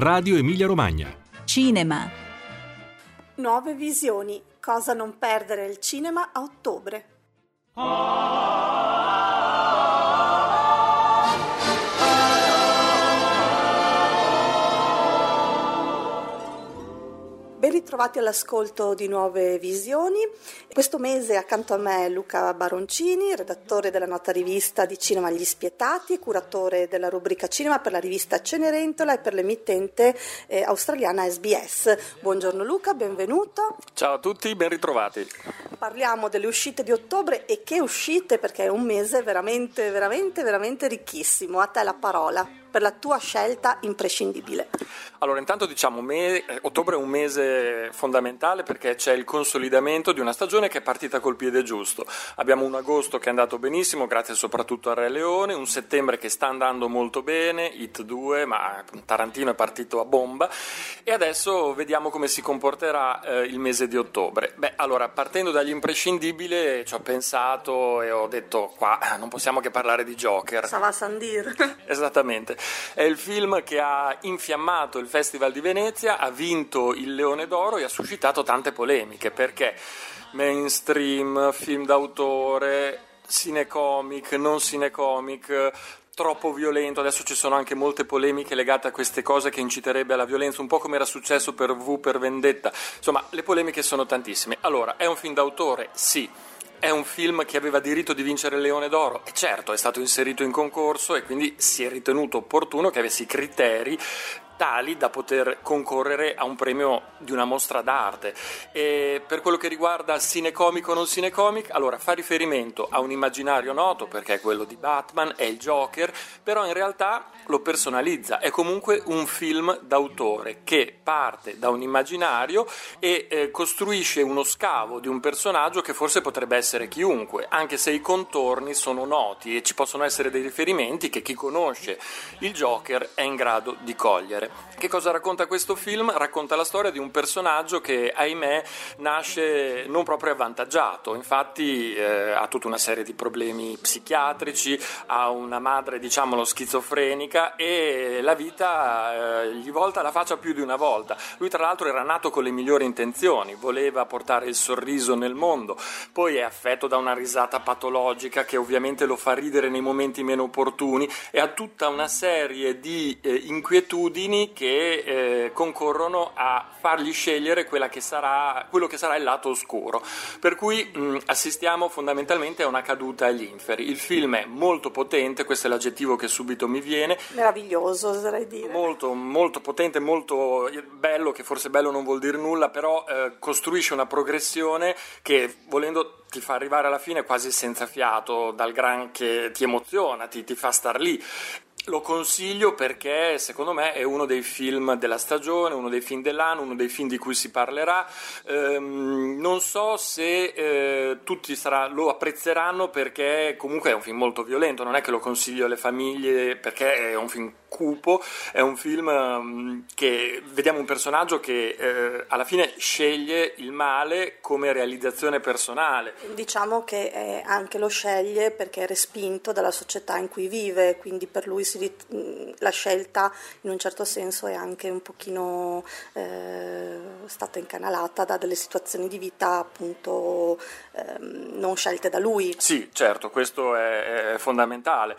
Radio Emilia Romagna. Cinema. Nuove visioni. Cosa non perdere al cinema a ottobre. Ben ritrovati all'ascolto di Nuove Visioni. Questo mese accanto a me Luca Baroncini, redattore della nota rivista di Cinema Gli Spietati, curatore della rubrica Cinema per la rivista Cenerentola e per l'emittente australiana SBS. Buongiorno Luca, benvenuto. Ciao a tutti, ben ritrovati. Parliamo delle uscite di ottobre e che uscite, perché è un mese veramente ricchissimo. A te la parola per la tua scelta imprescindibile. Allora, intanto diciamo ottobre è un mese fondamentale perché c'è il consolidamento di una stagione che è partita col piede giusto. Abbiamo un agosto che è andato benissimo, grazie soprattutto a Re Leone, un settembre che sta andando molto bene, It 2, ma Tarantino è partito a bomba, e adesso vediamo come si comporterà il mese di ottobre. Allora, partendo dagli imprescindibili, ci ho pensato e ho detto, qua non possiamo che parlare di Joker. Ça va sans dire. Esattamente. È il film che ha infiammato il Festival di Venezia, ha vinto il Leone d'Oro e ha suscitato tante polemiche, perché mainstream, film d'autore, cinecomic, non cinecomic, troppo violento. Adesso ci sono anche molte polemiche legate a queste cose che inciterebbe alla violenza, un po' come era successo per V per Vendetta. Insomma, le polemiche sono tantissime. Allora, è un film d'autore? Sì. È un film che aveva diritto di vincere il Leone d'Oro? E certo, è stato inserito in concorso e quindi si è ritenuto opportuno che avesse i criteri tali da poter concorrere a un premio di una mostra d'arte. E per quello che riguarda cinecomico o non cinecomic, allora fa riferimento a un immaginario noto, perché è quello di Batman, è il Joker, però in realtà lo personalizza, è comunque un film d'autore che parte da un immaginario e costruisce uno scavo di un personaggio che forse potrebbe essere chiunque, anche se i contorni sono noti e ci possono essere dei riferimenti che chi conosce il Joker è in grado di cogliere. Che cosa racconta questo film? Racconta la storia di un personaggio che, ahimè, nasce non proprio avvantaggiato. Infatti ha tutta una serie di problemi psichiatrici, ha una madre, diciamolo, schizofrenica, e la vita gli volta la faccia più di una volta. Lui tra l'altro era nato con le migliori intenzioni, voleva portare il sorriso nel mondo, poi è affetto da una risata patologica che ovviamente lo fa ridere nei momenti meno opportuni, e ha tutta una serie di inquietudini che concorrono a fargli scegliere quello che sarà il lato oscuro, per cui assistiamo fondamentalmente a una caduta agli inferi. Il film è molto potente, questo è l'aggettivo che subito mi viene. Meraviglioso, oserei dire. Molto, molto potente, molto bello, che forse bello non vuol dire nulla, però costruisce una progressione che, volendo, ti fa arrivare alla fine quasi senza fiato, dal gran che ti emoziona, ti fa star lì. Lo consiglio perché secondo me è uno dei film della stagione, uno dei film dell'anno, uno dei film di cui si parlerà. Non so se tutti lo apprezzeranno, perché comunque è un film molto violento, non è che lo consiglio alle famiglie perché è un film cupo, è un film che vediamo un personaggio che alla fine sceglie il male come realizzazione personale. Diciamo che anche lo sceglie perché è respinto dalla società in cui vive, quindi per lui la scelta in un certo senso è anche un pochino stata incanalata da delle situazioni di vita appunto non scelte da lui. Sì, certo, questo è fondamentale.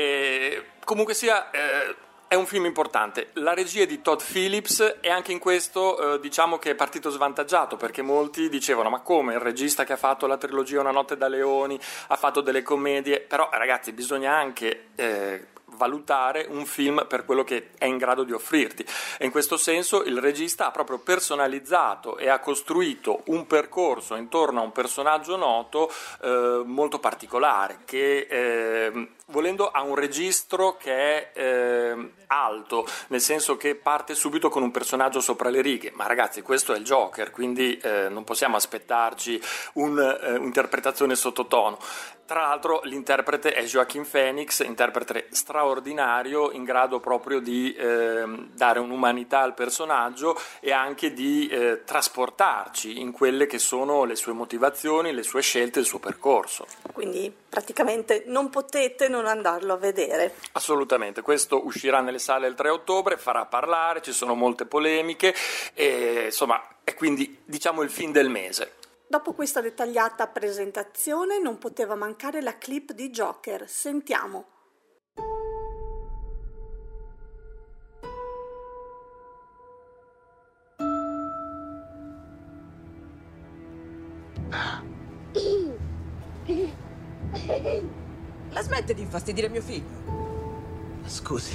E comunque sia, è un film importante. La regia è di Todd Phillips, e anche in questo diciamo che è partito svantaggiato, perché molti dicevano: ma come, il regista che ha fatto la trilogia Una notte da leoni ha fatto delle commedie? Però ragazzi, bisogna anche valutare un film per quello che è in grado di offrirti, e in questo senso il regista ha proprio personalizzato e ha costruito un percorso intorno a un personaggio noto molto particolare, che volendo ha un registro che è alto, nel senso che parte subito con un personaggio sopra le righe, ma ragazzi, questo è il Joker, quindi non possiamo aspettarci un'interpretazione sottotono. Tra l'altro l'interprete è Joaquin Phoenix, interprete straordinario, in grado proprio di dare un'umanità al personaggio e anche di trasportarci in quelle che sono le sue motivazioni, le sue scelte, il suo percorso. Quindi praticamente non potete non andarlo a vedere. Assolutamente, questo uscirà nelle nelle sale il 3 ottobre, farà parlare, ci sono molte polemiche e insomma è quindi diciamo il film del mese. Dopo questa dettagliata presentazione non poteva mancare la clip di Joker. Sentiamo. La smette di infastidire mio figlio? Scusi.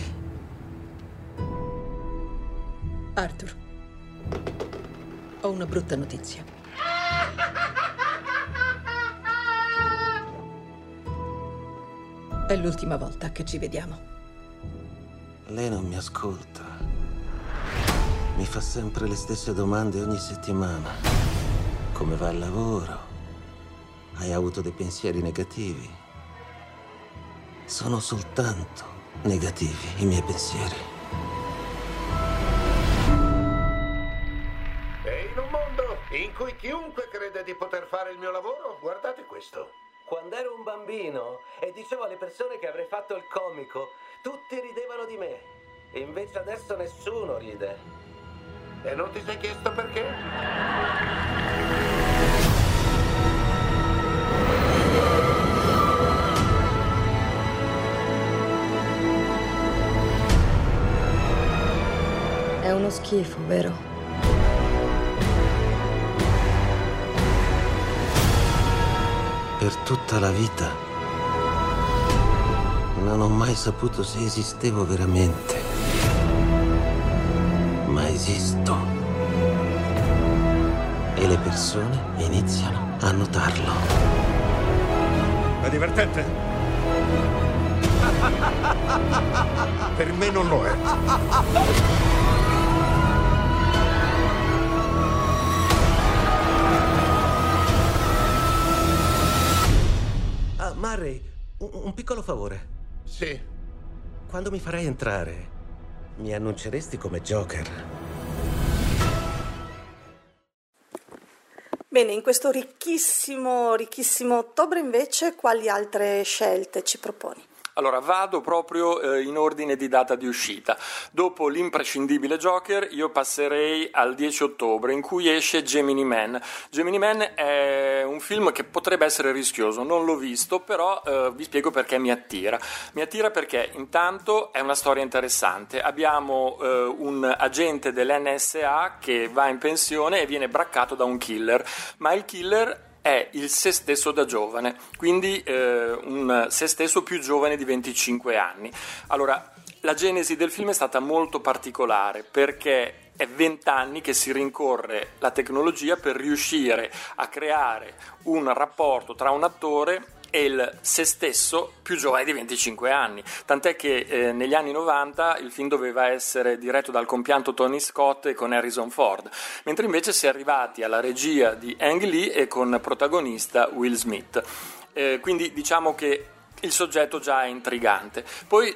Arthur, ho una brutta notizia. È l'ultima volta che ci vediamo. Lei non mi ascolta. Mi fa sempre le stesse domande ogni settimana. Come va il lavoro? Hai avuto dei pensieri negativi? Sono soltanto negativi i miei pensieri. E in un mondo in cui chiunque crede di poter fare il mio lavoro, guardate questo. Quando ero un bambino e dicevo alle persone che avrei fatto il comico, tutti ridevano di me. E invece adesso nessuno ride. E non ti sei chiesto perché? È uno schifo, vero? Per tutta la vita non ho mai saputo se esistevo veramente. Ma esisto. E le persone iniziano a notarlo. È divertente? Per me non lo è. Murray, un piccolo favore. Sì. Quando mi farai entrare, mi annunceresti come Joker? Bene, in questo ricchissimo ottobre invece quali altre scelte ci proponi? Allora, vado proprio in ordine di data di uscita. Dopo l'imprescindibile Joker, io passerei al 10 ottobre, in cui esce Gemini Man. Gemini Man è un film che potrebbe essere rischioso, non l'ho visto, però vi spiego perché mi attira. Mi attira perché intanto è una storia interessante. Abbiamo un agente dell'NSA che va in pensione e viene braccato da un killer, ma il killer è il se stesso da giovane, quindi un se stesso più giovane di 25 anni. Allora, la genesi del film è stata molto particolare perché è 20 anni che si rincorre la tecnologia per riuscire a creare un rapporto tra un attore e il se stesso più giovane di 25 anni, tant'è che negli anni 90 il film doveva essere diretto dal compianto Tony Scott e con Harrison Ford, mentre invece si è arrivati alla regia di Ang Lee e con protagonista Will Smith. Quindi diciamo che il soggetto già è intrigante. Poi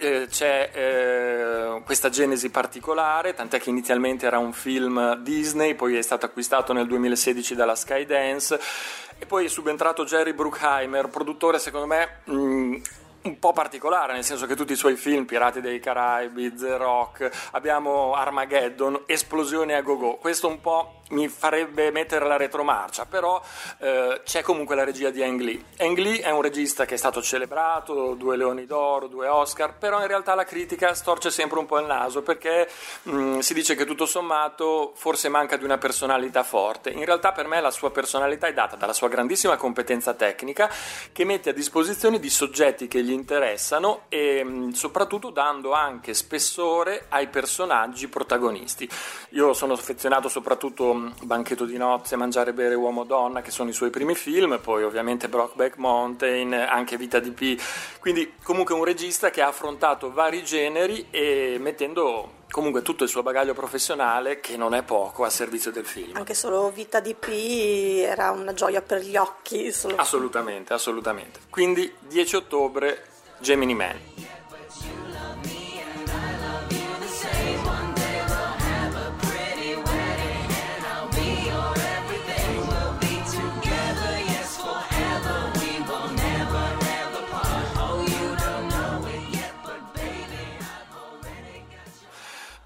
c'è questa genesi particolare, tant'è che inizialmente era un film Disney, poi è stato acquistato nel 2016 dalla Skydance e poi è subentrato Jerry Bruckheimer, produttore secondo me un po' particolare, nel senso che tutti i suoi film, Pirati dei Caraibi, The Rock, abbiamo Armageddon, esplosioni a go-go, questo un po' mi farebbe mettere la retromarcia, però c'è comunque la regia di Ang Lee. Ang Lee è un regista che è stato celebrato, 2 Leoni d'Oro, 2 Oscar, però in realtà la critica storce sempre un po' il naso perché si dice che tutto sommato forse manca di una personalità forte. In realtà per me la sua personalità è data dalla sua grandissima competenza tecnica, che mette a disposizione di soggetti che gli interessano e soprattutto dando anche spessore ai personaggi protagonisti. Io sono affezionato soprattutto Banchetto di nozze, Mangiare, bere, uomo, donna, che sono i suoi primi film, poi ovviamente Brokeback Mountain, anche Vita di Pi, quindi comunque un regista che ha affrontato vari generi e mettendo comunque tutto il suo bagaglio professionale, che non è poco, a servizio del film. Anche solo Vita di Pi era una gioia per gli occhi. Assolutamente. Quindi 10 ottobre, Gemini Man.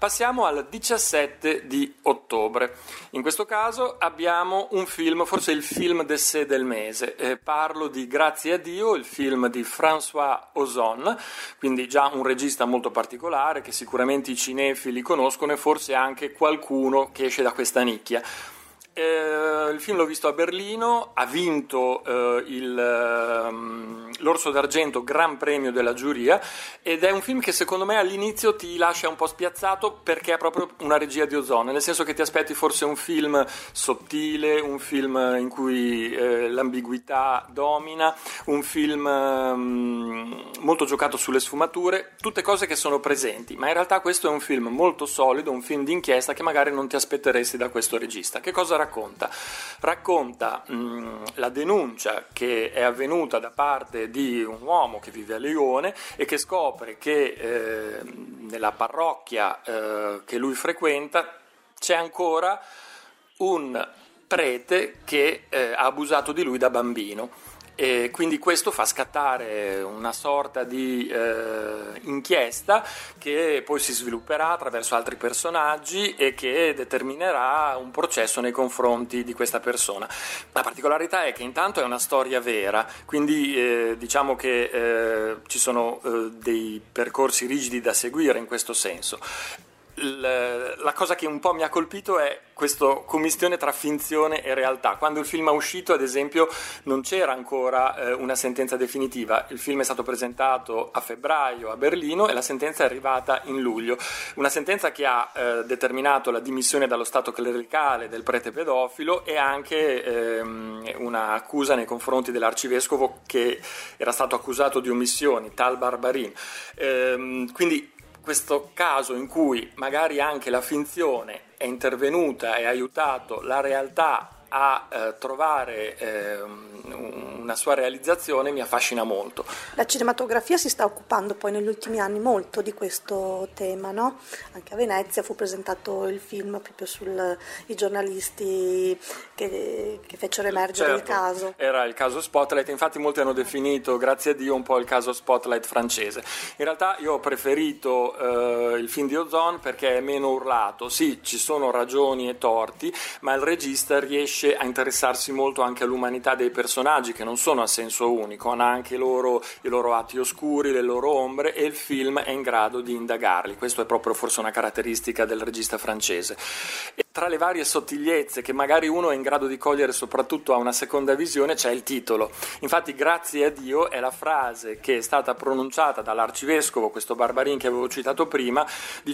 Passiamo al 17 di ottobre. In questo caso abbiamo un film, forse il film d'essè del mese. Parlo di Grazie a Dio, il film di François Ozon, quindi già un regista molto particolare che sicuramente i cinefili conoscono e forse anche qualcuno che esce da questa nicchia. Il film l'ho visto a Berlino, ha vinto l'Orso d'Argento, Gran Premio della giuria, ed è un film che secondo me all'inizio ti lascia un po' spiazzato perché è proprio una regia di Ozon, nel senso che ti aspetti forse un film sottile, un film in cui l'ambiguità domina, un film molto giocato sulle sfumature, tutte cose che sono presenti, ma in realtà questo è un film molto solido, un film d'inchiesta che magari non ti aspetteresti da questo regista. Che cosa racconta? Racconta la denuncia che è avvenuta da parte di un uomo che vive a Lione e che scopre che nella parrocchia che lui frequenta c'è ancora un prete che ha abusato di lui da bambino. E quindi questo fa scattare una sorta di inchiesta che poi si svilupperà attraverso altri personaggi e che determinerà un processo nei confronti di questa persona. La particolarità è che intanto è una storia vera, quindi diciamo che ci sono dei percorsi rigidi da seguire in questo senso. La cosa che un po' mi ha colpito è questa commistione tra finzione e realtà. Quando il film è uscito, ad esempio, non c'era ancora una sentenza definitiva. Il film è stato presentato a febbraio a Berlino e la sentenza è arrivata in luglio. Una sentenza che ha determinato la dimissione dallo stato clericale del prete pedofilo e anche una accusa nei confronti dell'arcivescovo che era stato accusato di omissioni, Tal Barbarin. Quindi questo caso in cui magari anche la finzione è intervenuta e ha aiutato la realtà a trovare una sua realizzazione mi affascina molto. La cinematografia si sta occupando poi negli ultimi anni molto di questo tema, no? Anche a Venezia fu presentato il film proprio sui giornalisti che fecero emergere il caso. Era il caso Spotlight, infatti molti hanno definito, grazie a Dio, un po' il caso Spotlight francese. In realtà io ho preferito il film di Ozon perché è meno urlato. Sì, ci sono ragioni e torti, ma il regista riesce a interessarsi molto anche all'umanità dei personaggi, che non sono a senso unico, hanno anche i loro atti oscuri, le loro ombre, e il film è in grado di indagarli. Questo è proprio forse una caratteristica del regista francese. E tra le varie sottigliezze che magari uno è in grado di cogliere soprattutto a una seconda visione c'è il titolo. Infatti Grazie a Dio è la frase che è stata pronunciata dall'arcivescovo, questo Barbarin che avevo citato prima,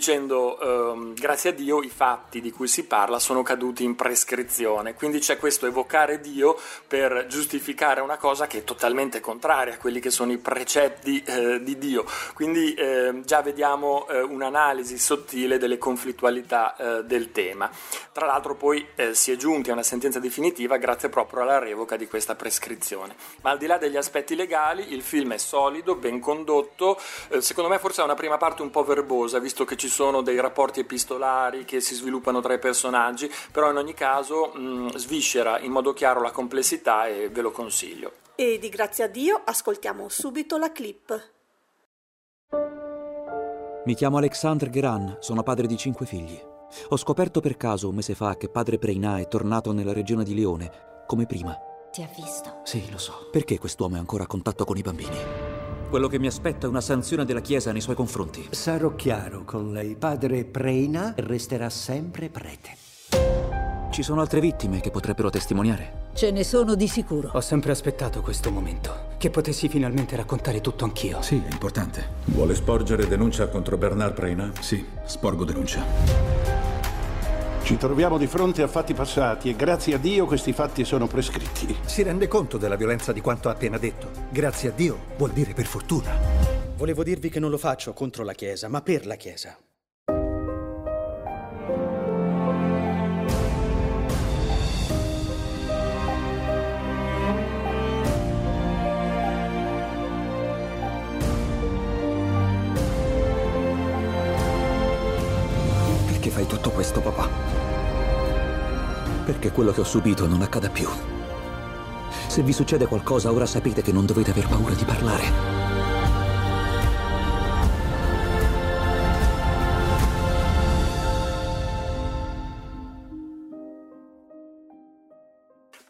dicendo grazie a Dio i fatti di cui si parla sono caduti in prescrizione. Quindi c'è questo evocare Dio per giustificare una cosa che è totalmente contraria a quelli che sono i precetti di Dio. Quindi già vediamo un'analisi sottile delle conflittualità del tema. Tra l'altro poi si è giunti a una sentenza definitiva grazie proprio alla revoca di questa prescrizione. Ma al di là degli aspetti legali, il film è solido, ben condotto, secondo me forse ha una prima parte un po' verbosa, visto che ci sono dei rapporti epistolari che si sviluppano tra i personaggi, però in ogni caso sviscera in modo chiaro la complessità e ve lo consiglio. E di Grazie a Dio ascoltiamo subito la clip. Mi chiamo Alexandre Guérin, sono padre di 5 figli. Ho scoperto per caso un mese fa che padre Preina è tornato nella regione di Lione, come prima. Ti ha visto? Sì, lo so. Perché quest'uomo è ancora a contatto con i bambini? Quello che mi aspetta è una sanzione della Chiesa nei suoi confronti. Sarò chiaro con lei. Padre Preina resterà sempre prete. Ci sono altre vittime che potrebbero testimoniare? Ce ne sono di sicuro. Ho sempre aspettato questo momento, che potessi finalmente raccontare tutto anch'io. Sì, è importante. Vuole sporgere denuncia contro Bernard Preina? Sì, sporgo denuncia. Ci troviamo di fronte a fatti passati e grazie a Dio questi fatti sono prescritti. Si rende conto della violenza di quanto ha appena detto? Grazie a Dio vuol dire per fortuna. Volevo dirvi che non lo faccio contro la Chiesa, ma per la Chiesa. Perché fai tutto questo, papà? Perché quello che ho subito non accada più. Se vi succede qualcosa, ora sapete che non dovete aver paura di parlare.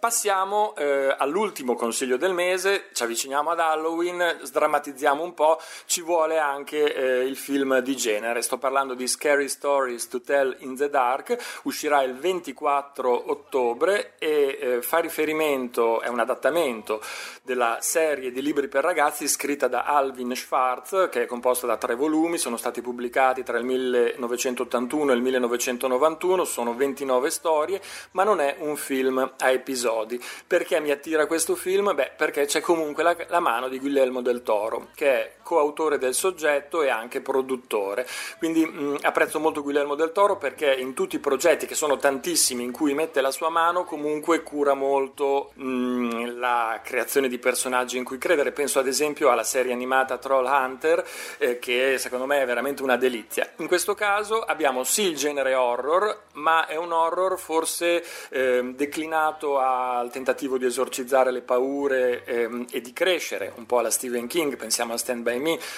Passiamo all'ultimo consiglio del mese, ci avviciniamo ad Halloween, sdrammatizziamo un po', ci vuole anche il film di genere. Sto parlando di Scary Stories to Tell in the Dark, uscirà il 24 ottobre e fa riferimento, è un adattamento della serie di libri per ragazzi scritta da Alvin Schwartz, che è composta da 3 volumi, sono stati pubblicati tra il 1981 e il 1991, sono 29 storie, ma non è un film a episodi. Perché mi attira questo film? Perché c'è comunque la mano di Guillermo del Toro, che è coautore del soggetto e anche produttore. Quindi apprezzo molto Guillermo del Toro perché in tutti i progetti, che sono tantissimi, in cui mette la sua mano, comunque cura molto la creazione di personaggi in cui credere. Penso ad esempio alla serie animata Troll Hunter, che secondo me è veramente una delizia. In questo caso abbiamo sì il genere horror, ma è un horror forse declinato al tentativo di esorcizzare le paure e di crescere, un po' alla Stephen King, pensiamo a Stand By Me,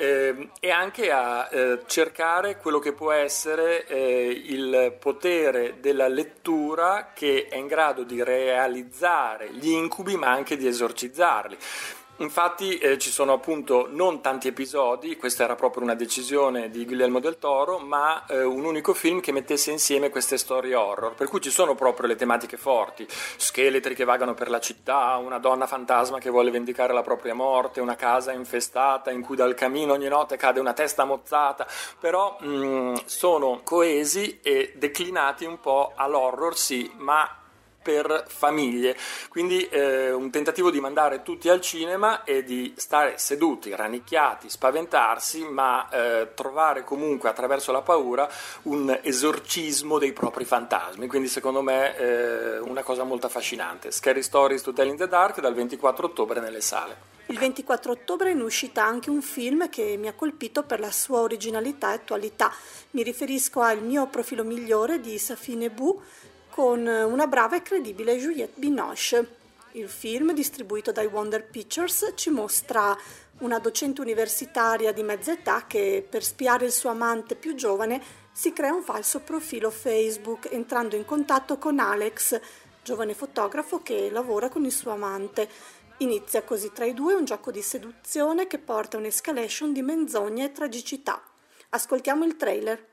e anche a cercare quello che può essere il potere della lettura, che è in grado di realizzare gli incubi ma anche di esorcizzarli. Infatti ci sono appunto non tanti episodi, questa era proprio una decisione di Guillermo del Toro, ma un unico film che mettesse insieme queste storie horror, per cui ci sono proprio le tematiche forti: scheletri che vagano per la città, una donna fantasma che vuole vendicare la propria morte, una casa infestata in cui dal camino ogni notte cade una testa mozzata, però sono coesi e declinati un po' all'horror, sì, ma per famiglie, quindi un tentativo di mandare tutti al cinema e di stare seduti, rannicchiati, spaventarsi, ma trovare comunque attraverso la paura un esorcismo dei propri fantasmi. Quindi secondo me una cosa molto affascinante. Scary Stories to Tell in the Dark, dal 24 ottobre nelle sale. Il 24 ottobre è in uscita anche un film che mi ha colpito per la sua originalità e attualità. Mi riferisco al Mio profilo migliore di Safine Bu, con una brava e credibile Juliette Binoche. Il film, distribuito dai Wonder Pictures, ci mostra una docente universitaria di mezza età che, per spiare il suo amante più giovane, si crea un falso profilo Facebook, entrando in contatto con Alex, giovane fotografo che lavora con il suo amante. Inizia così tra i due un gioco di seduzione che porta a un'escalation di menzogne e tragicità. Ascoltiamo il trailer.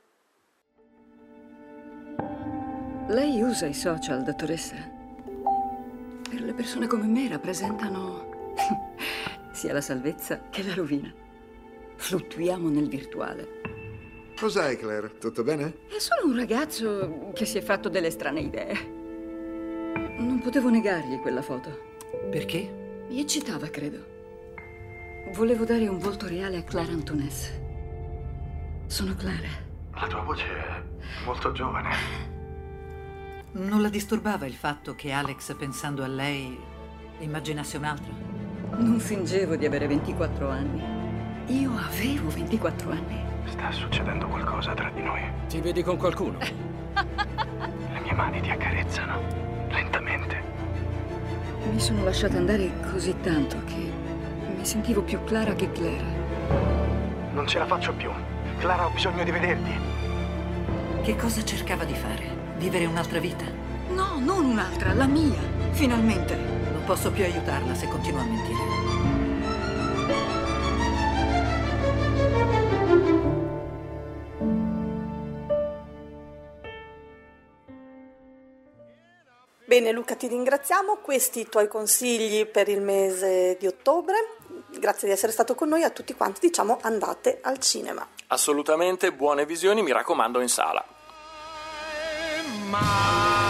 Lei usa i social, dottoressa? Per le persone come me rappresentano sia la salvezza che la rovina. Fluttuiamo nel virtuale. Cos'hai, Claire? Tutto bene? È solo un ragazzo che si è fatto delle strane idee. Non potevo negargli quella foto. Perché? Mi eccitava, credo. Volevo dare un volto reale a Clara Antones. Sono Clara. La tua voce è molto giovane. Non la disturbava il fatto che Alex, pensando a lei, immaginasse un'altra? Non fingevo di avere 24 anni. Io avevo 24 anni. Sta succedendo qualcosa tra di noi. Ti vedi con qualcuno? Le mie mani ti accarezzano, lentamente. Mi sono lasciata andare così tanto che mi sentivo più Clara che Claire. Non ce la faccio più. Clara, ho bisogno di vederti. Che cosa cercava di fare? Vivere un'altra vita? No, non un'altra, la mia. Finalmente. Non posso più aiutarla se continua a mentire. Bene Luca, ti ringraziamo. Questi i tuoi consigli per il mese di ottobre. Grazie di essere stato con noi. A tutti quanti diciamo andate al cinema. Assolutamente, buone visioni, mi raccomando, in sala.